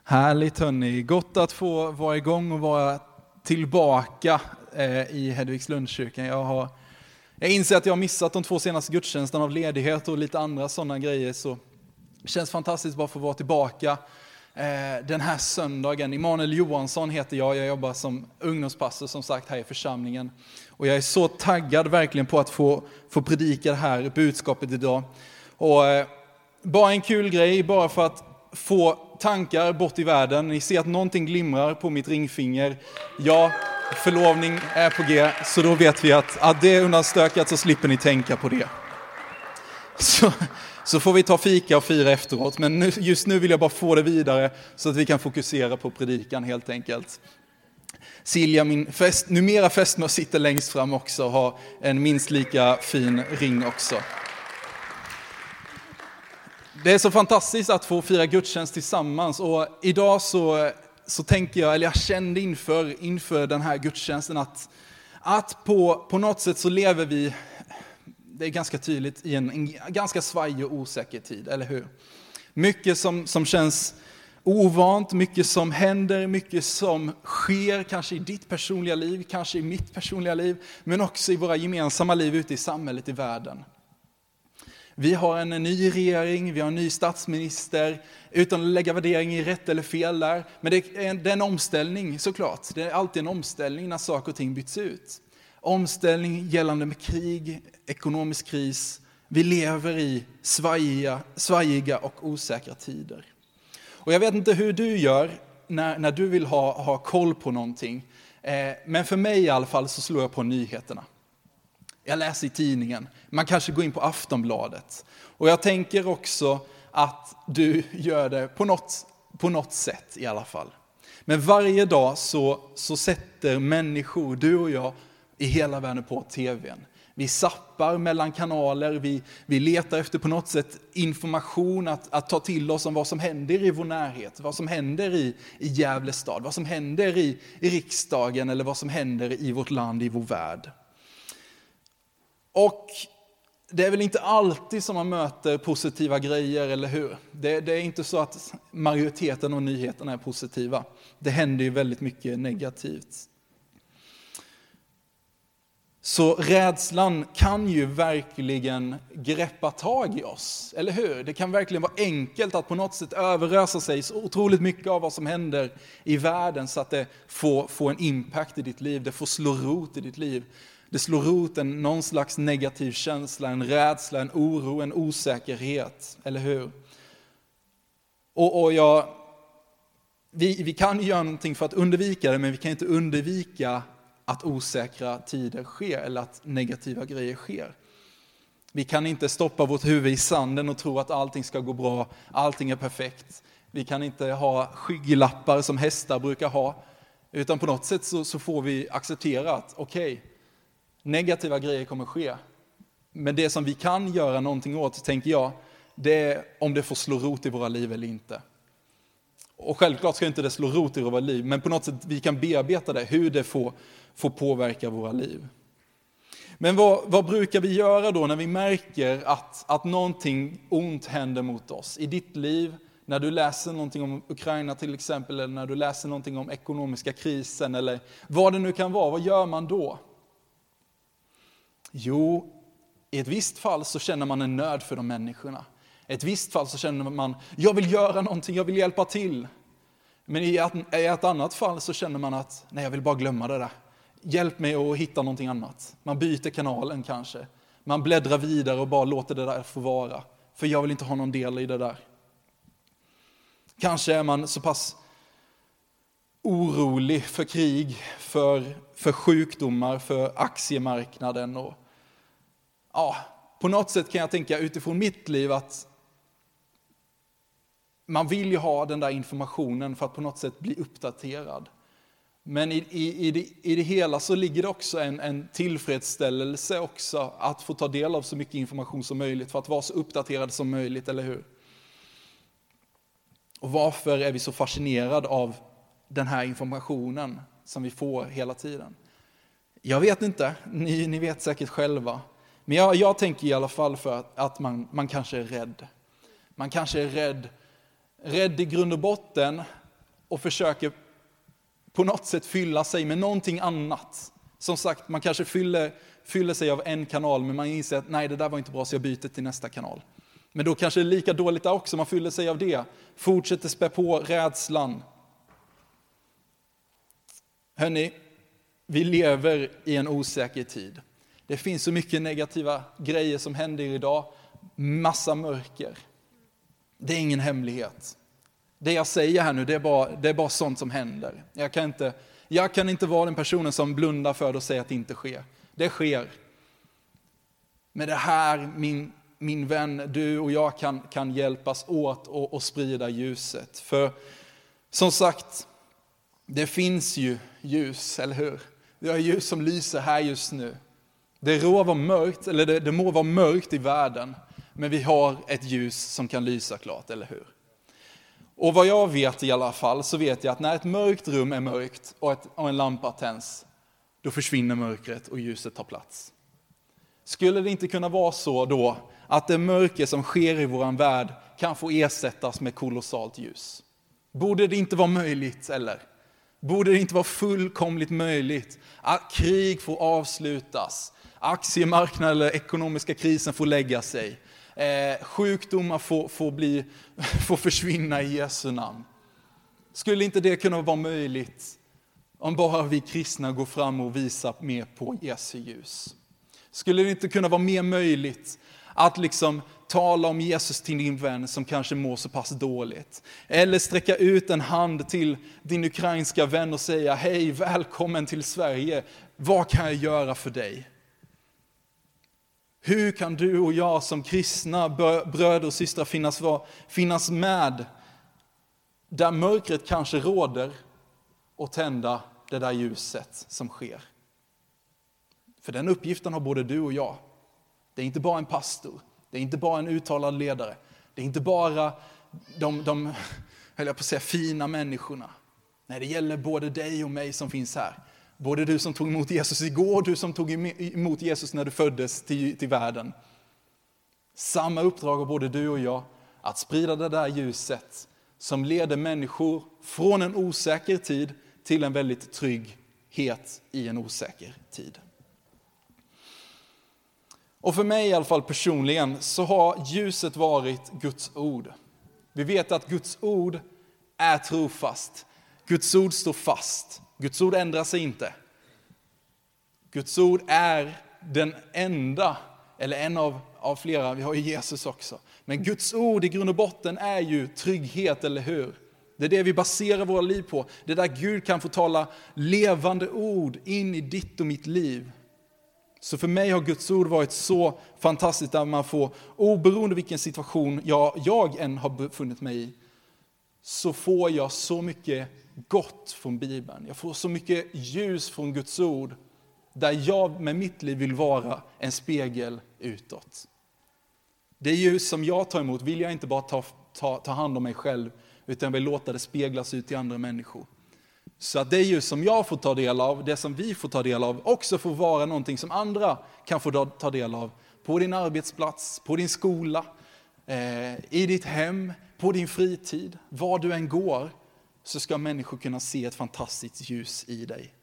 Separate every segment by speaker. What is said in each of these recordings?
Speaker 1: Härligt hörni, gott att få vara igång och vara tillbaka i Hedvigslundskyrkan. Jag inser att jag har missat de 2 senaste gudstjänsterna av ledighet och lite andra sådana grejer. Så det känns fantastiskt bara att få vara tillbaka den här söndagen. Emanuel Johansson heter jag jobbar som ungdomspastor som sagt här i församlingen. Och jag är så taggad verkligen på att få predika det här budskapet idag. Och bara en kul grej, bara för att få tankar bort i världen. Ni ser att någonting glimrar på mitt ringfinger. Ja, förlovning är på G. Så då vet vi att det är undanstökat, så slipper ni tänka på det. Så får vi ta fika och fira efteråt. Men just nu vill jag bara få det vidare så att vi kan fokusera på predikan helt enkelt. Silja, min numera fästmö, sitter längst fram också och har en minst lika fin ring också. Det är så fantastiskt att få fira gudstjänst tillsammans, och idag så tänker jag, eller jag kände inför den här gudstjänsten att på något sätt så lever vi, det är ganska tydligt, i en ganska svajig och osäker tid, eller hur? Mycket som känns ovant, mycket som händer, mycket som sker kanske i ditt personliga liv, kanske i mitt personliga liv, men också i våra gemensamma liv ute i samhället, i världen. Vi har en ny regering, vi har en ny statsminister, utan att lägga värdering i rätt eller fel där. Men det är en omställning såklart. Det är alltid en omställning när saker och ting byts ut. Omställning gällande med krig, ekonomisk kris. Vi lever i svajiga och osäkra tider. Och jag vet inte hur du gör när du vill ha koll på någonting. Men för mig i alla fall så slår jag på nyheterna. Jag läser i tidningen. Man kanske går in på Aftonbladet. Och jag tänker också att du gör det på något sätt i alla fall. Men varje dag så sätter människor, du och jag, i hela världen på tvn. Vi zappar mellan kanaler, vi letar efter på något sätt information att ta till oss om vad som händer i vår närhet. Vad som händer i Gävle stad, vad som händer i riksdagen eller vad som händer i vårt land, i vår värld. Och det är väl inte alltid som man möter positiva grejer, eller hur? Det är inte så att majoriteten av nyheterna är positiva. Det händer ju väldigt mycket negativt. Så rädslan kan ju verkligen greppa tag i oss, eller hur? Det kan verkligen vara enkelt att på något sätt överösa sig så otroligt mycket av vad som händer i världen så att det får en impact i ditt liv, det får slå rot i ditt liv. Det slår rot någon slags negativ känsla, en rädsla, en oro, en osäkerhet, eller hur? Och vi kan göra någonting för att undvika det, men vi kan inte undvika att osäkra tider sker eller att negativa grejer sker. Vi kan inte stoppa vårt huvud i sanden och tro att allting ska gå bra, allting är perfekt. Vi kan inte ha skygglappar som hästar brukar ha, utan på något sätt så får vi acceptera att okej, negativa grejer kommer ske. Men det som vi kan göra någonting åt, tänker jag, det är om det får slå rot i våra liv eller inte. Och självklart ska inte det slå rot i våra liv, men på något sätt vi kan bearbeta det, hur det får påverka våra liv. Men vad brukar vi göra då när vi märker att någonting ont händer mot oss? I ditt liv, när du läser någonting om Ukraina till exempel, eller när du läser någonting om ekonomiska krisen, eller vad det nu kan vara, vad gör man då? Jo, i ett visst fall så känner man en nöd för de människorna. I ett visst fall så känner man, jag vill göra någonting, jag vill hjälpa till. Men i ett annat fall så känner man att, nej, jag vill bara glömma det där. Hjälp mig att hitta någonting annat. Man byter kanalen kanske. Man bläddrar vidare och bara låter det där få vara. För jag vill inte ha någon del i det där. Kanske är man så pass orolig för krig, för sjukdomar, för aktiemarknaden. Och ja, på något sätt kan jag tänka utifrån mitt liv att man vill ju ha den där informationen för att på något sätt bli uppdaterad. Men i det hela så ligger det också en tillfredsställelse också att få ta del av så mycket information som möjligt för att vara så uppdaterad som möjligt, eller hur? Och varför är vi så fascinerade av den här informationen som vi får hela tiden? Jag vet inte, ni vet säkert själva. Men jag tänker i alla fall för att man kanske är rädd. Man kanske är rädd i grund och botten och försöker på något sätt fylla sig med någonting annat. Som sagt, man kanske fyller sig av en kanal, men man inser att nej, det där var inte bra så jag byter till nästa kanal. Men då kanske det är lika dåligt där också, man fyller sig av det. Fortsätter spä på rädslan. Hörrni, vi lever i en osäker tid. Det finns så mycket negativa grejer som händer idag. Massa mörker. Det är ingen hemlighet. Det jag säger här nu, det är bara sånt som händer. Jag kan inte vara den personen som blundar för det och säger att det inte sker. Det sker. Men det här, min vän, du och jag kan hjälpas åt och sprida ljuset. För som sagt, det finns ju ljus, eller hur? Det är ljus som lyser här just nu. Det må vara mörkt i världen, men vi har ett ljus som kan lysa klart, eller hur? Och vad jag vet i alla fall, så vet jag att när ett mörkt rum är mörkt och en lampa tänds, då försvinner mörkret och ljuset tar plats. Skulle det inte kunna vara så då att det mörker som sker i våran värld kan få ersättas med kolossalt ljus? Borde det inte vara möjligt, eller? Borde det inte vara fullkomligt möjligt att krig får avslutas, aktiemarknaden eller ekonomiska krisen får lägga sig, sjukdomar får försvinna i Jesu namn? Skulle inte det kunna vara möjligt om bara vi kristna går fram och visar mer på Jesu ljus? Skulle det inte kunna vara mer möjligt att tala om Jesus till din vän som kanske mår så pass dåligt? Eller sträcka ut en hand till din ukrainska vän och säga: hej, välkommen till Sverige. Vad kan jag göra för dig? Hur kan du och jag som kristna bröder och systrar finnas med där mörkret kanske råder och tända det där ljuset som sker? För den uppgiften har både du och jag. Det är inte bara en pastor. Det är inte bara en uttalad ledare. Det är inte bara de höll jag på att säga, fina människorna. Nej, det gäller både dig och mig som finns här. Både du som tog emot Jesus igår och du som tog emot Jesus när du föddes till världen. Samma uppdrag har både du och jag, att sprida det där ljuset som leder människor från en osäker tid till en väldigt trygghet i en osäker tid. Och för mig i alla fall personligen så har ljuset varit Guds ord. Vi vet att Guds ord är trofast. Guds ord står fast. Guds ord ändrar sig inte. Guds ord är den enda, eller en av flera, vi har ju Jesus också. Men Guds ord i grund och botten är ju trygghet, eller hur? Det är det vi baserar våra liv på. Det är där Gud kan få tala levande ord in i ditt och mitt liv. Så för mig har Guds ord varit så fantastiskt där man får, oberoende vilken situation jag än har befunnit mig i, så får jag så mycket gott från Bibeln. Jag får så mycket ljus från Guds ord där jag med mitt liv vill vara en spegel utåt. Det ljus som jag tar emot vill jag inte bara ta hand om mig själv, utan vill låta det speglas ut till andra människor. Så att det ljus som jag får ta del av, det som vi får ta del av, också får vara någonting som andra kan få ta del av. På din arbetsplats, på din skola, i ditt hem, på din fritid, var du än går, så ska människor kunna se ett fantastiskt ljus i dig.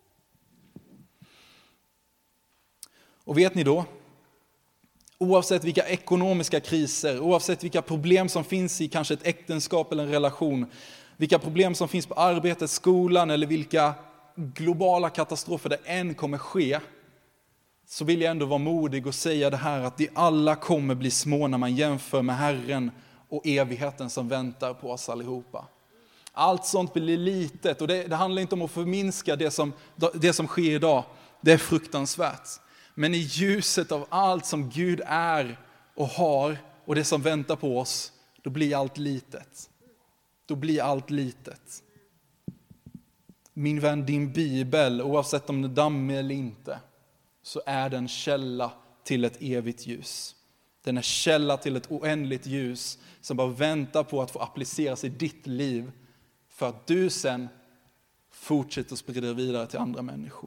Speaker 1: Och vet ni då, oavsett vilka ekonomiska kriser, oavsett vilka problem som finns i kanske ett äktenskap eller en relation, vilka problem som finns på arbetet, skolan eller vilka globala katastrofer det än kommer ske, så vill jag ändå vara modig och säga det här, att de alla kommer bli små när man jämför med Herren och evigheten som väntar på oss allihopa. Allt sånt blir litet, och det handlar inte om att förminska det som sker idag. Det är fruktansvärt. Men i ljuset av allt som Gud är och har och det som väntar på oss, då blir allt litet. Då blir allt litet. Min vän, din bibel, oavsett om det är dammig eller inte, så är den källa till ett evigt ljus. Den är källa till ett oändligt ljus som bara väntar på att få appliceras i ditt liv, för att du sen fortsätter att sprida vidare till andra människor.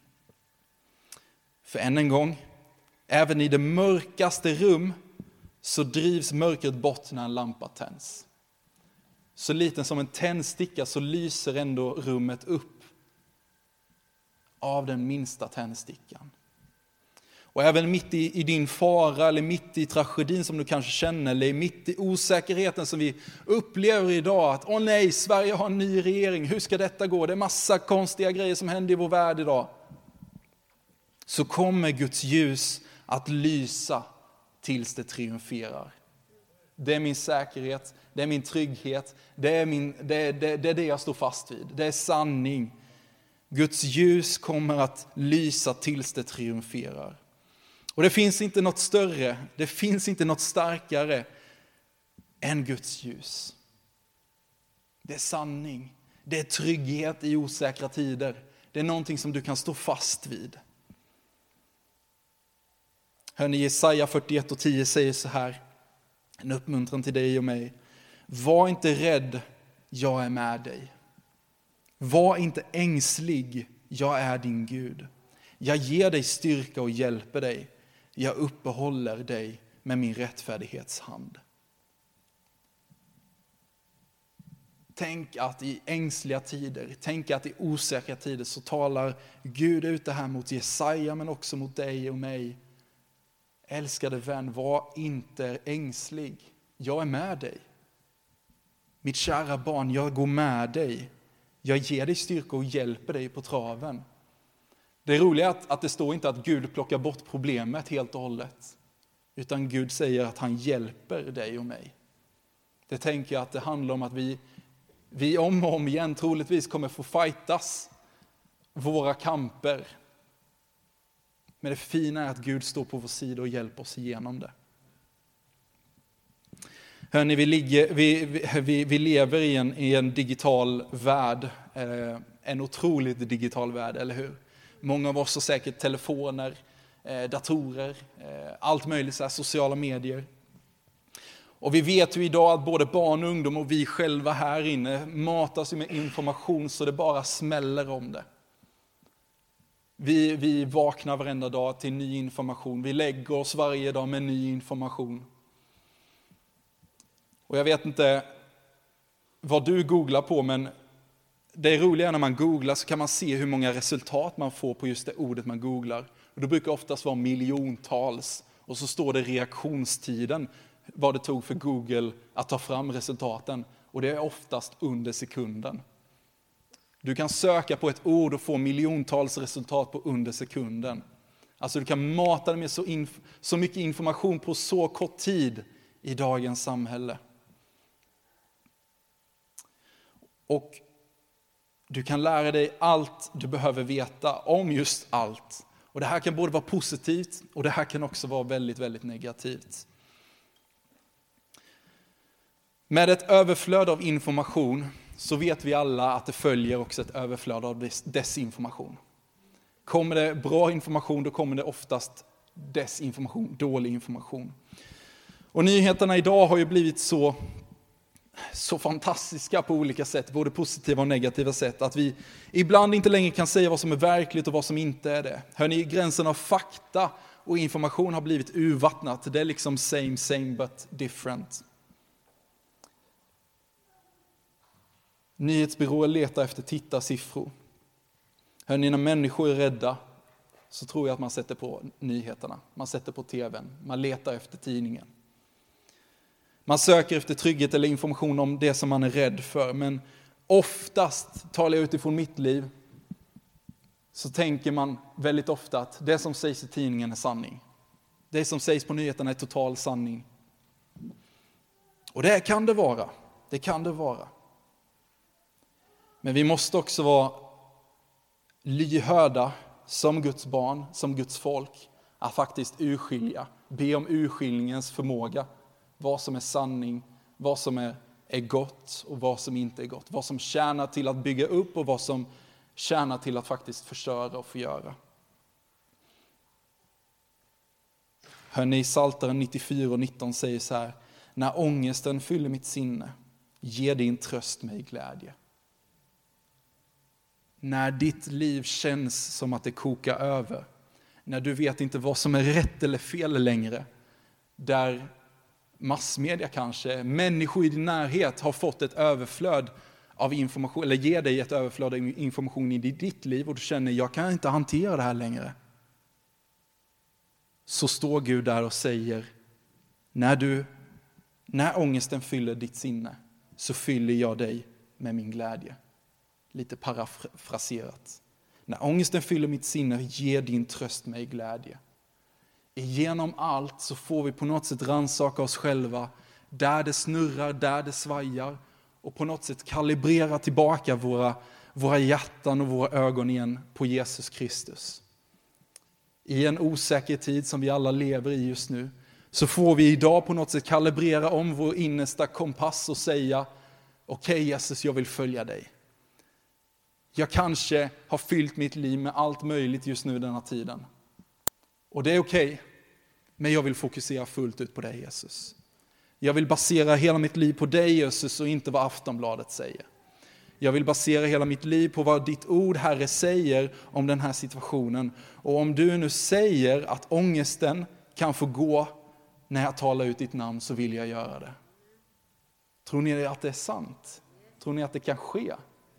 Speaker 1: För än en gång, även i det mörkaste rum så drivs mörkret bort när en lampa tänds. så liten som en tändsticka, så lyser ändå rummet upp av den minsta tändstickan. Och även mitt i din fara eller mitt i tragedin som du kanske känner, eller mitt i osäkerheten som vi upplever idag, att åh nej, Sverige har en ny regering, hur ska detta gå? Det är massa konstiga grejer som händer i vår värld idag. Så kommer Guds ljus att lysa tills det triumferar. Det är min säkerhet, det är min trygghet, det är det jag står fast vid. Det är sanning. Guds ljus kommer att lysa tills det triumferar. Och det finns inte något större, det finns inte något starkare än Guds ljus. Det är sanning, det är trygghet i osäkra tider. Det är någonting som du kan stå fast vid. Hörrni, Jesaja 41:10 säger så här, en uppmuntran till dig och mig. Var inte rädd, jag är med dig. Var inte ängslig, jag är din Gud. Jag ger dig styrka och hjälper dig. Jag uppehåller dig med min rättfärdighetshand. Tänk att i ängsliga tider, tänk att i osäkra tider så talar Gud ut det här mot Jesaja men också mot dig och mig. Älskade vän, var inte ängslig. Jag är med dig. Mitt kära barn, jag går med dig. Jag ger dig styrka och hjälper dig på traven. Det är roliga att det står inte att Gud plockar bort problemet helt och hållet. Utan Gud säger att han hjälper dig och mig. Det tänker jag att det handlar om att vi om och om igen troligtvis kommer få fightas våra kamper. Men det fina är att Gud står på vår sida och hjälper oss igenom det. Hörrni, vi lever i en digital värld. En otroligt digital värld, eller hur? Många av oss har säkert telefoner, datorer, allt möjligt, så här, sociala medier. Och vi vet ju idag att både barn och ungdom och vi själva här inne matas med information så det bara smäller om det. Vi vaknar varenda dag till ny information. Vi lägger oss varje dag med ny information. Och jag vet inte vad du googlar på, men det är roliga när man googlar så kan man se hur många resultat man får på just det ordet man googlar. Och det brukar oftast vara miljontals. Och så står det reaktionstiden, vad det tog för Google att ta fram resultaten. Och det är oftast under sekunden. Du kan söka på ett ord och få miljontals resultat på under sekunden. Alltså du kan mata dig med så mycket information på så kort tid i dagens samhälle. Och du kan lära dig allt du behöver veta om just allt. Och det här kan både vara positivt och det här kan också vara väldigt, väldigt negativt. Med ett överflöd av information så vet vi alla att det följer också ett överflöd av desinformation. Kommer det bra information, då kommer det oftast desinformation, dålig information. Och nyheterna idag har ju blivit så fantastiska på olika sätt, både positiva och negativa sätt, att vi ibland inte längre kan säga vad som är verkligt och vad som inte är det. Hörrni, gränsen av fakta och information har blivit urvattnat. Det är liksom same but different. Nyhetsbyråer letar efter tittarsiffror. Hörrni, när människor är rädda så tror jag att man sätter på nyheterna. Man sätter på tvn. Man letar efter tidningen. Man söker efter trygghet eller information om det som man är rädd för. Men oftast, talar jag utifrån mitt liv, så tänker man väldigt ofta att det som sägs i tidningen är sanning. Det som sägs på nyheterna är total sanning. Och det kan det vara. Det kan det vara. Men vi måste också vara lyhörda som Guds barn, som Guds folk, att faktiskt urskilja, be om urskiljningens förmåga. Vad som är sanning, vad som är gott och vad som inte är gott. Vad som tjänar till att bygga upp och vad som tjänar till att faktiskt förstöra och förgöra. Hörrni, Psaltaren 94:19 säger så här: när ångesten fyller mitt sinne, ge din tröst mig glädje. När ditt liv känns som att det kokar över, när du vet inte vad som är rätt eller fel längre, där massmedia kanske, människor i din närhet har fått ett överflöd av information, eller ger dig ett överflöd av information i ditt liv och du känner, jag kan inte hantera det här längre. Så står Gud där och säger, när ångesten fyller ditt sinne så fyller jag dig med min glädje. Lite parafraserat. När ångesten fyller mitt sinne, ger din tröst mig glädje. Genom allt så får vi på något sätt rannsaka oss själva, där det snurrar, där det svajar, och på något sätt kalibrera tillbaka våra hjärtan och våra ögon igen på Jesus Kristus. I en osäker tid som vi alla lever i just nu, så får vi idag på något sätt kalibrera om vår innersta kompass och säga, okej, Jesus, jag vill följa dig. Jag kanske har fyllt mitt liv med allt möjligt just nu denna tiden. Och det är okej, men jag vill fokusera fullt ut på dig, Jesus. Jag vill basera hela mitt liv på dig, Jesus, och inte vad Aftonbladet säger. Jag vill basera hela mitt liv på vad ditt ord, Herre, säger om den här situationen. Och om du nu säger att ångesten kan få gå när jag talar ut ditt namn, så vill jag göra det. Tror ni att det är sant? Tror ni att det kan ske?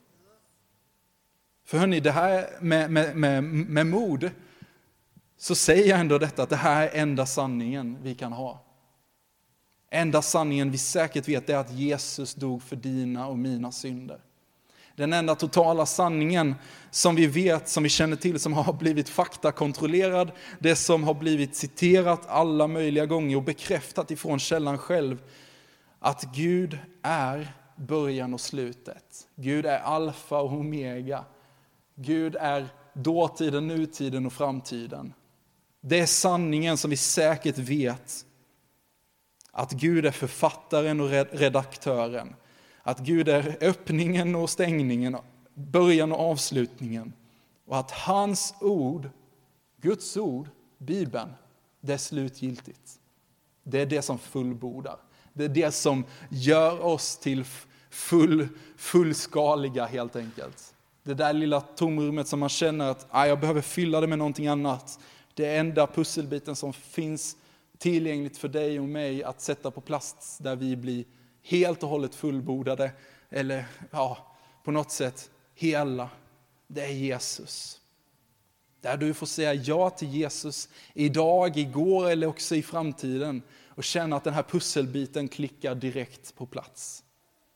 Speaker 1: För hörni, det här med mod, så säger jag ändå detta, att det här är enda sanningen vi kan ha. Enda sanningen vi säkert vet är att Jesus dog för dina och mina synder. Den enda totala sanningen som vi vet, som vi känner till, som har blivit faktakontrollerad, det som har blivit citerat alla möjliga gånger och bekräftat ifrån källan själv, att Gud är början och slutet. Gud är alfa och omega. Gud är dåtiden, nutiden och framtiden. Det är sanningen som vi säkert vet. Att Gud är författaren och redaktören. Att Gud är öppningen och stängningen, början och avslutningen. Och att hans ord, Guds ord, Bibeln, det är slutgiltigt. Det är det som fullbordar. Det är det som gör oss till fullskaliga helt enkelt. Det där lilla tomrummet som man känner att jag behöver fylla det med någonting annat. Det är enda pusselbiten som finns tillgängligt för dig och mig att sätta på plats, där vi blir helt och hållet fullbordade, eller på något sätt hela. Det är Jesus. Där du får säga ja till Jesus idag, igår eller också i framtiden, och känna att den här pusselbiten klickar direkt på plats.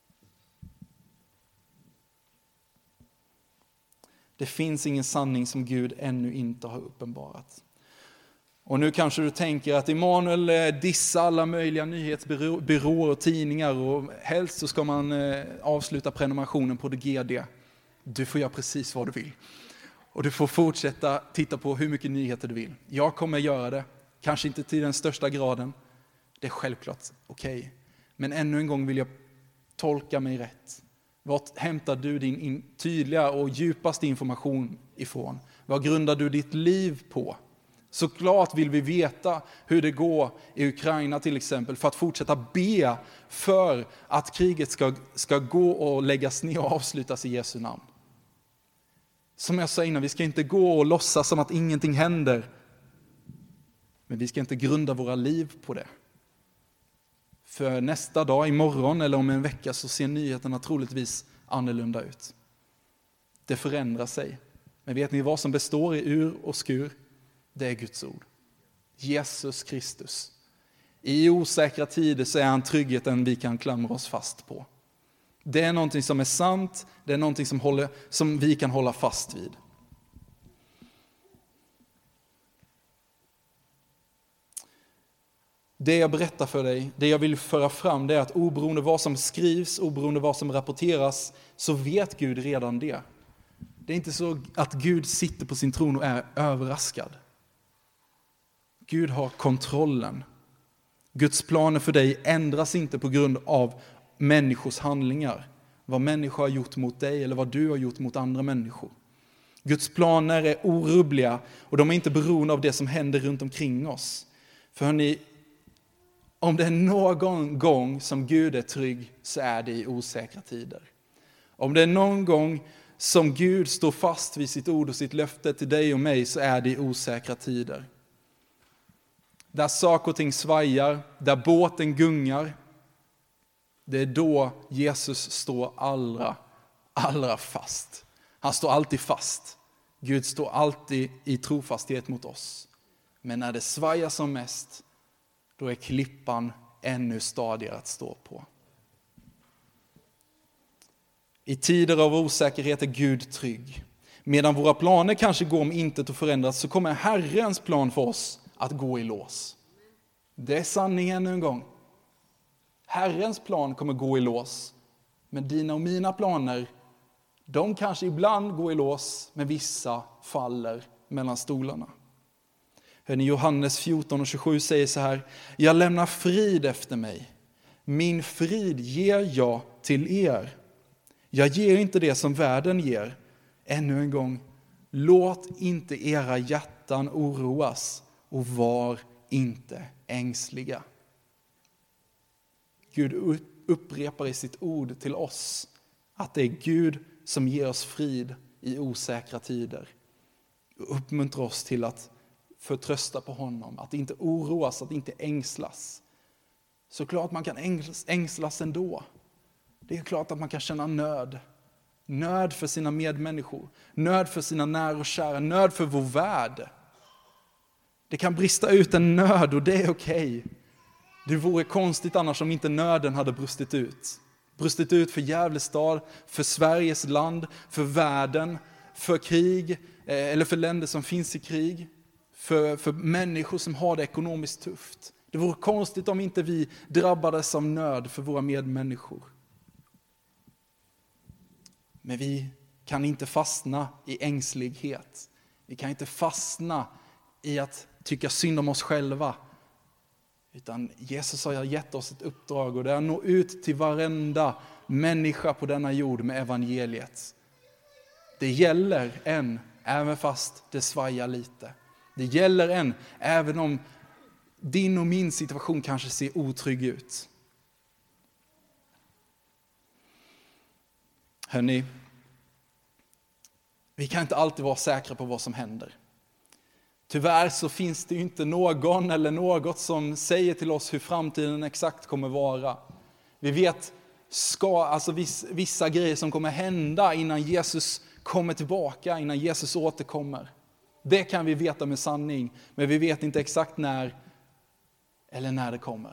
Speaker 1: Det finns ingen sanning som Gud ännu inte har uppenbarat. Och nu kanske du tänker att Emanuel dissar alla möjliga nyhetsbyråer och tidningar, och helst så ska man avsluta prenumerationen på GD. Du får göra precis vad du vill. Och du får fortsätta titta på hur mycket nyheter du vill. Jag kommer göra det. Kanske inte till den största graden. Det är självklart okej. Men ännu en gång vill jag tolka mig rätt. Vart hämtar du din tydliga och djupaste information ifrån? Vad grundar du ditt liv på? Såklart vill vi veta hur det går i Ukraina till exempel, för att fortsätta be för att kriget ska gå och läggas ner och avslutas i Jesu namn. Som jag sa innan, vi ska inte gå och låtsas som att ingenting händer. Men vi ska inte grunda våra liv på det. För nästa dag, imorgon eller om en vecka, så ser nyheterna troligtvis annorlunda ut. Det förändrar sig. Men vet ni vad som består i ur och skur? Det är Guds ord. Jesus Kristus. I osäkra tider så är han tryggheten vi kan klamra oss fast på. Det är någonting som är sant. Det är någonting som vi kan hålla fast vid. Det jag berättar för dig, det jag vill föra fram, det är att oberoende vad som skrivs, oberoende vad som rapporteras, så vet Gud redan det. Det är inte så att Gud sitter på sin tron och är överraskad. Gud har kontrollen. Guds planer för dig ändras inte på grund av människors handlingar. Vad människor har gjort mot dig eller vad du har gjort mot andra människor. Guds planer är orubbliga och de är inte beroende av det som händer runt omkring oss. För hörni, om det är någon gång som Gud är trygg, så är det i osäkra tider. Om det är någon gång som Gud står fast vid sitt ord och sitt löfte till dig och mig, så är det i osäkra tider. där saker och ting svajar, där båten gungar, det är då Jesus står allra fast. Han står alltid fast. Gud står alltid i trofasthet mot oss. Men när det svajar som mest, då är klippan ännu stadigare att stå på. I tider av osäkerhet är Gud trygg. Medan våra planer kanske går om intet och förändras, så kommer Herrens plan för oss att gå i lås. Det är sanningen en gång. Herrens plan kommer gå i lås. Men dina och mina planer, de kanske ibland går i lås, men vissa faller mellan stolarna. Hörrni, Johannes 14:27 säger så här: jag lämnar frid efter mig. Min frid ger jag till er. Jag ger inte det som världen ger. Ännu en gång, låt inte era hjärtan oroas och var inte ängsliga. Gud upprepar i sitt ord till oss att det är Gud som ger oss frid i osäkra tider. Och uppmuntrar oss till att förtrösta på honom, att inte oroas, att inte ängslas. Såklart man kan ängslas ändå. Det är klart att man kan känna nöd. Nöd för sina medmänniskor, nöd för sina nära och kära, nöd för vår värld. Det kan brista ut en nöd och det är okej. Det vore konstigt annars om inte nöden hade brustit ut. Brustit ut för Gävlestad, för Sveriges land, för världen, för krig eller för länder som finns i krig. För människor som har det ekonomiskt tufft. Det vore konstigt om inte vi drabbades av nöd för våra medmänniskor. Men vi kan inte fastna i ängslighet. Vi kan inte fastna i att tycka synd om oss själva. Utan Jesus har gett oss ett uppdrag, och det är att nå ut till varenda människa på denna jord med evangeliet. Det gäller än, även fast det svajar lite. Det gäller än, även om din och min situation kanske ser otrygg ut. Hörrni, vi kan inte alltid vara säkra på vad som händer. Tyvärr så finns det ju inte någon eller något som säger till oss hur framtiden exakt kommer vara. Vi vet vissa grejer som kommer hända innan Jesus kommer tillbaka, innan Jesus återkommer. Det kan vi veta med sanning, men vi vet inte exakt när eller när det kommer.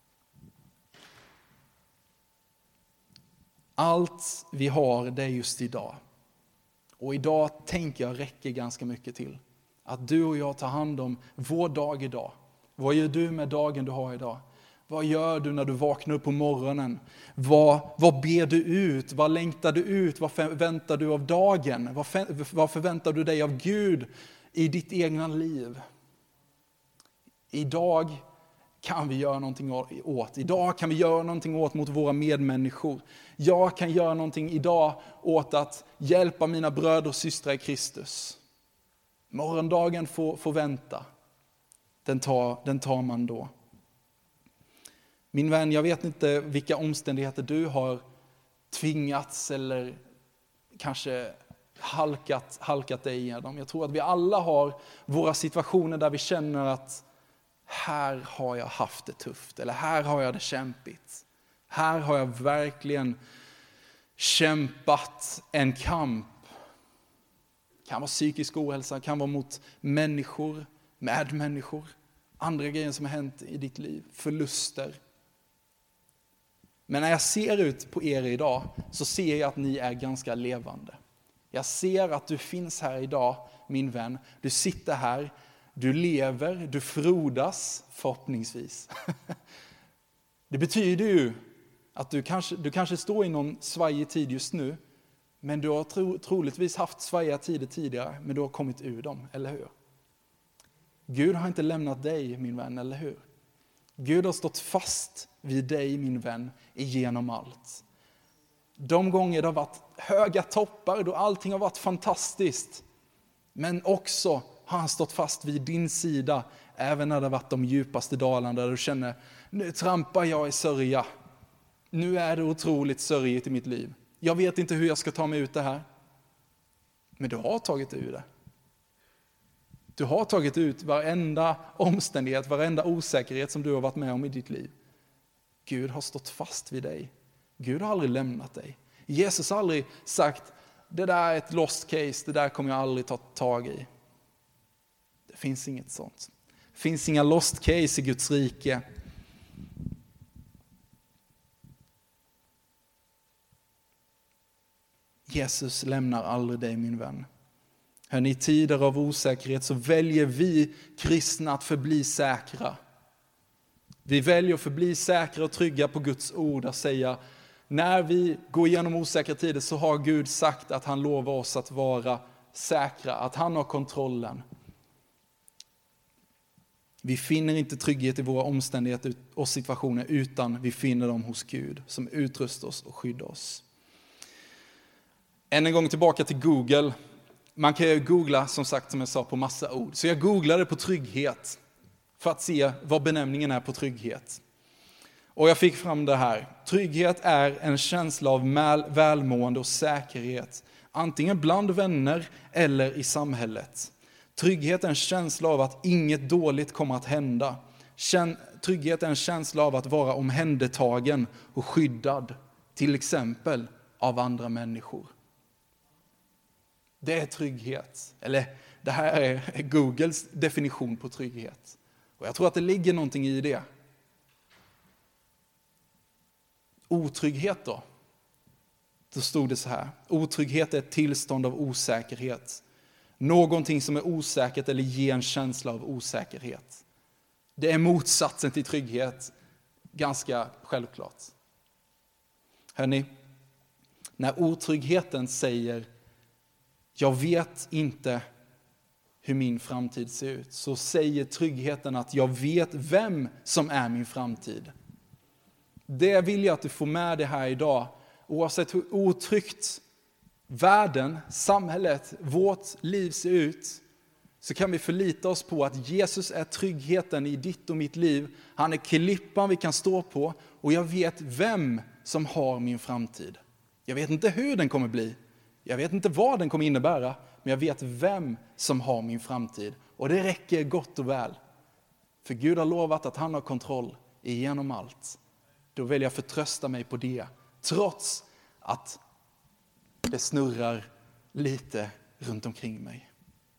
Speaker 1: Allt vi har, det är just idag. Och idag tänker jag räcker ganska mycket till. Att du och jag tar hand om vår dag idag. Vad gör du med dagen du har idag? Vad gör du när du vaknar upp på morgonen? Vad ber du ut? Vad längtar du ut? Vad förväntar du av dagen? Vad förväntar du dig av Gud i ditt egna liv? Idag kan vi göra någonting åt. Idag kan vi göra någonting åt mot våra medmänniskor. Jag kan göra någonting idag åt att hjälpa mina bröder och systrar i Kristus. Morgondagen får vänta. Den tar man då. Min vän, jag vet inte vilka omständigheter du har tvingats eller kanske halkat dig igenom. Jag tror att vi alla har våra situationer där vi känner att här har jag haft det tufft, eller här har jag det kämpigt. Här har jag verkligen kämpat en kamp. Det kan vara psykisk ohälsa, det kan vara mot människor, medmänniskor, andra grejer som har hänt i ditt liv, förluster. Men när jag ser ut på er idag så ser jag att ni är ganska levande. Jag ser att du finns här idag, min vän. Du sitter här, du lever, du frodas förhoppningsvis. Det betyder ju att du kanske står i någon svajig tid just nu. Men du har troligtvis haft svajiga tider tidigare, men du har kommit ur dem, eller hur? Gud har inte lämnat dig, min vän, eller hur? Gud har stått fast vid dig, min vän, igenom allt. De gånger det har varit höga toppar, då allting har varit fantastiskt. Men också har han stått fast vid din sida, även när det har varit de djupaste dalarna, där du känner, nu trampar jag i sörja. Nu är det otroligt sörjigt i mitt liv. Jag vet inte hur jag ska ta mig ut det här. Men du har tagit ur det. Du har tagit ut varenda omständighet, varenda osäkerhet som du har varit med om i ditt liv. Gud har stått fast vid dig. Gud har aldrig lämnat dig. Jesus har aldrig sagt, det där är ett lost case, det där kommer jag aldrig ta tag i. Det finns inget sånt. Det finns inga lost case i Guds rike. Jesus lämnar aldrig dig, min vän. Hörrni, i tider av osäkerhet så väljer vi kristna att förbli säkra. Vi väljer att förbli säkra och trygga på Guds ord och säga, när vi går igenom osäkra tider så har Gud sagt att han lovar oss att vara säkra, att han har kontrollen. Vi finner inte trygghet i våra omständigheter och situationer, utan vi finner dem hos Gud som utrustar oss och skyddar oss. Än en gång tillbaka till Google. Man kan ju googla, som sagt, som jag sa, på massa ord. Så jag googlade på trygghet för att se vad benämningen är på trygghet. Och jag fick fram det här. Trygghet är en känsla av välmående och säkerhet. Antingen bland vänner eller i samhället. Trygghet är en känsla av att inget dåligt kommer att hända. Trygghet är en känsla av att vara omhändertagen och skyddad. Till exempel av andra människor. Det är trygghet. Eller det här är Googles definition på trygghet. Och jag tror att det ligger någonting i det. Otrygghet då? Då stod det så här. Otrygghet är ett tillstånd av osäkerhet. Någonting som är osäkert eller ger en känsla av osäkerhet. Det är motsatsen till trygghet. Ganska självklart. Hörrni, när otryggheten säger jag vet inte hur min framtid ser ut, så säger tryggheten att jag vet vem som är min framtid. Det vill jag att du får med dig här idag. Oavsett hur otryggt världen, samhället, vårt liv ser ut, så kan vi förlita oss på att Jesus är tryggheten i ditt och mitt liv. Han är klippan vi kan stå på, och jag vet vem som har min framtid. Jag vet inte hur den kommer bli. Jag vet inte vad den kommer innebära, men jag vet vem som har min framtid. Och det räcker gott och väl. För Gud har lovat att han har kontroll igenom allt. Då vill jag förtrösta mig på det, trots att det snurrar lite runt omkring mig.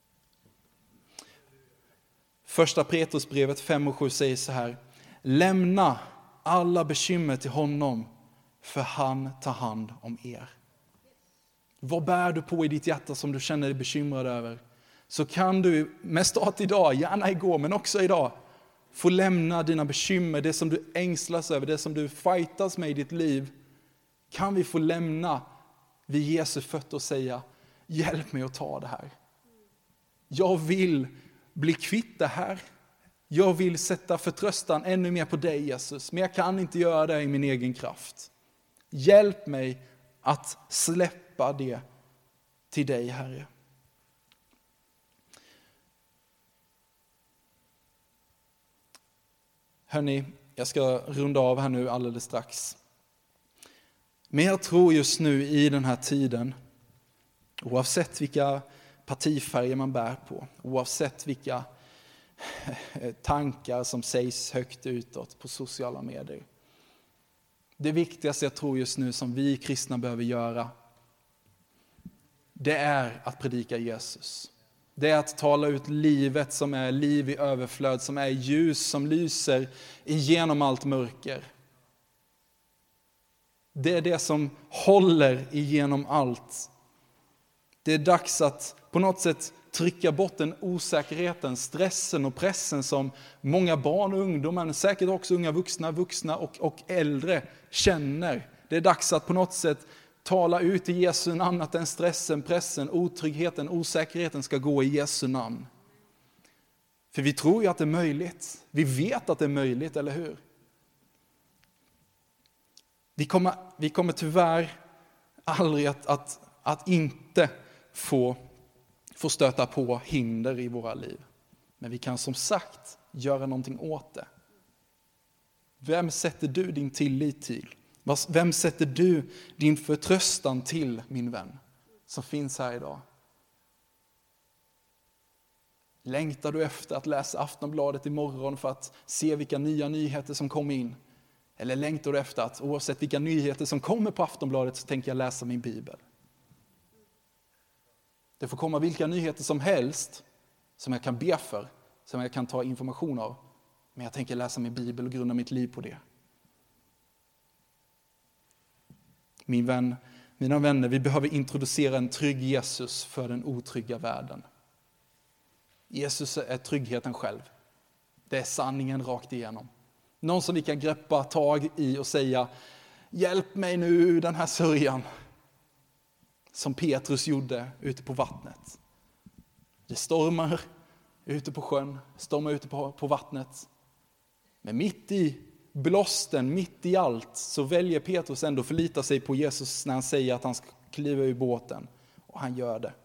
Speaker 1: Första Petrusbrevet 5:7 säger så här: lämna alla bekymmer till honom, för han tar hand om er. Vad bär du på i ditt hjärta som du känner dig bekymrad över? Så kan du med start idag, gärna igår men också idag, få lämna dina bekymmer, det som du ängslas över, det som du fightas med i ditt liv. Kan vi få lämna vid Jesu fötter och säga, hjälp mig att ta det här. Jag vill bli kvitt det här. Jag vill sätta förtröstan ännu mer på dig, Jesus, men jag kan inte göra det i min egen kraft. Hjälp mig att släppa det till dig, Herre. Hörrni, jag ska runda av här nu alldeles strax. Men jag tror just nu i den här tiden, oavsett vilka partifärger man bär på, oavsett vilka tankar som sägs högt utåt på sociala medier. Det viktigaste jag tror just nu som vi kristna behöver göra, det är att predika Jesus. Det är att tala ut livet som är liv i överflöd, som är ljus som lyser igenom allt mörker. Det är det som håller igenom allt. Det är dags att på något sätt trycka bort den osäkerheten, stressen och pressen som många barn och ungdomar, men säkert också unga vuxna och äldre känner. Det är dags att på något sätt tala ut i Jesu namn att den stressen, pressen, otryggheten, osäkerheten ska gå i Jesu namn. För vi tror ju att det är möjligt. Vi vet att det är möjligt, eller hur? Vi kommer tyvärr aldrig att inte få stöta på hinder i våra liv. Men vi kan som sagt göra någonting åt det. Vem sätter du din tillit till? Vem sätter du din förtröstan till, min vän, som finns här idag? Längtar du efter att läsa Aftonbladet imorgon för att se vilka nya nyheter som kommer in? Eller längtar du efter att oavsett vilka nyheter som kommer på Aftonbladet så tänker jag läsa min bibel? Det får komma vilka nyheter som helst som jag kan be för, som jag kan ta information av. Men jag tänker läsa min bibel och grunda mitt liv på det. Mina vänner, vi behöver introducera en trygg Jesus för den otrygga världen. Jesus är tryggheten själv. Det är sanningen rakt igenom. Någon som vi kan greppa tag i och säga, hjälp mig nu ur den här sörjan. Som Petrus gjorde ute på vattnet. Det stormar ute på sjön, stormar ute på vattnet. Men mitt i blåsten, mitt i allt, så väljer Petrus ändå förlita sig på Jesus när han säger att han ska kliva ur båten. Och han gör det.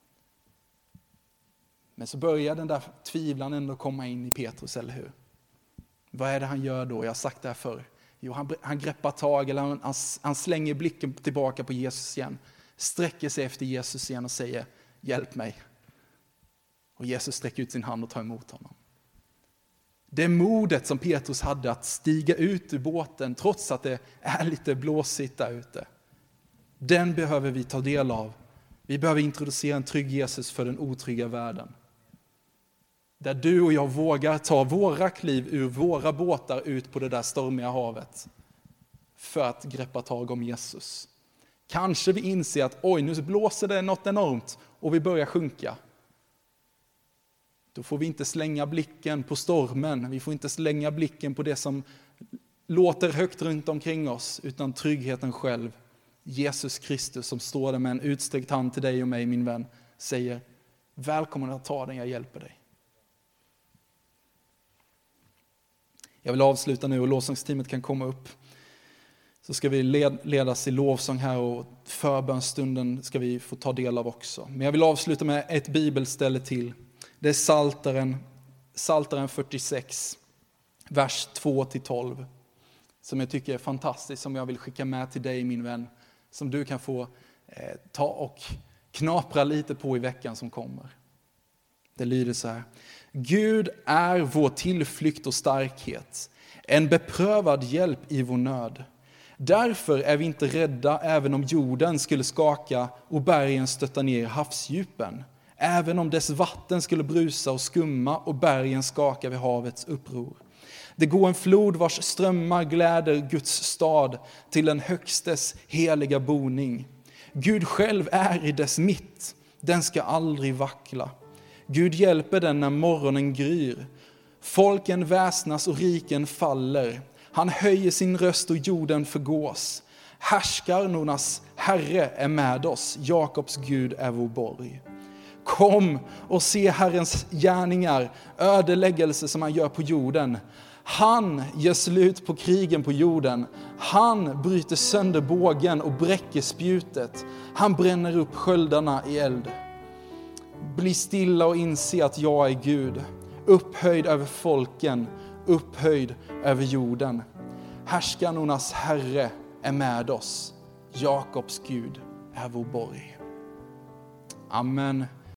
Speaker 1: Men så börjar den där tvivlan ändå komma in i Petrus, eller hur? Vad är det han gör då? Jag har sagt det här förr. Jo, han greppar tag, eller han slänger blicken tillbaka på Jesus igen. Sträcker sig efter Jesus igen och säger, hjälp mig. Och Jesus sträcker ut sin hand och tar emot honom. Det modet som Petrus hade att stiga ut ur båten trots att det är lite blåsigt där ute. Den behöver vi ta del av. Vi behöver introducera en trygg Jesus för den otrygga världen. Där du och jag vågar ta våra kliv ur våra båtar ut på det där stormiga havet. För att greppa tag om Jesus. Kanske vi inser att nu blåser det något enormt och vi börjar sjunka. Då får vi inte slänga blicken på stormen. Vi får inte slänga blicken på det som låter högt runt omkring oss. Utan tryggheten själv. Jesus Kristus som står där med en utsträckt hand till dig och mig, min vän. Säger, välkommen att ta den, jag hjälper dig. Jag vill avsluta nu och lovsångsteamet kan komma upp. Så ska vi ledas i lovsång här och förbönstunden ska vi få ta del av också. Men jag vill avsluta med ett bibelställe till. Det är Psaltaren 46, vers 2-12. Som jag tycker är fantastiskt, som jag vill skicka med till dig, min vän. Som du kan få ta och knapra lite på i veckan som kommer. Det lyder så här. Gud är vår tillflykt och starkhet, en beprövad hjälp i vår nöd. Därför är vi inte rädda även om jorden skulle skaka och bergen stötta ner i havsdjupen. Även om dess vatten skulle brusa och skumma och bergen skaka vid havets uppror. Det går en flod vars strömmar gläder Guds stad till den högstes heliga boning. Gud själv är i dess mitt, den ska aldrig vackla. Gud hjälper den när morgonen gryr. Folken väsnas och riken faller. Han höjer sin röst och jorden förgås. Härskarnornas Herre är med oss. Jakobs Gud är vår borg. Kom och se Herrens gärningar, ödeläggelse som han gör på jorden. Han ger slut på krigen på jorden. Han bryter sönder bågen och bräcker spjutet. Han bränner upp sköldarna i eld. Bli stilla och inse att jag är Gud. Upphöjd över folken, upphöjd över jorden. Härskarnornas Herre är med oss. Jakobs Gud är vår borg. Amen.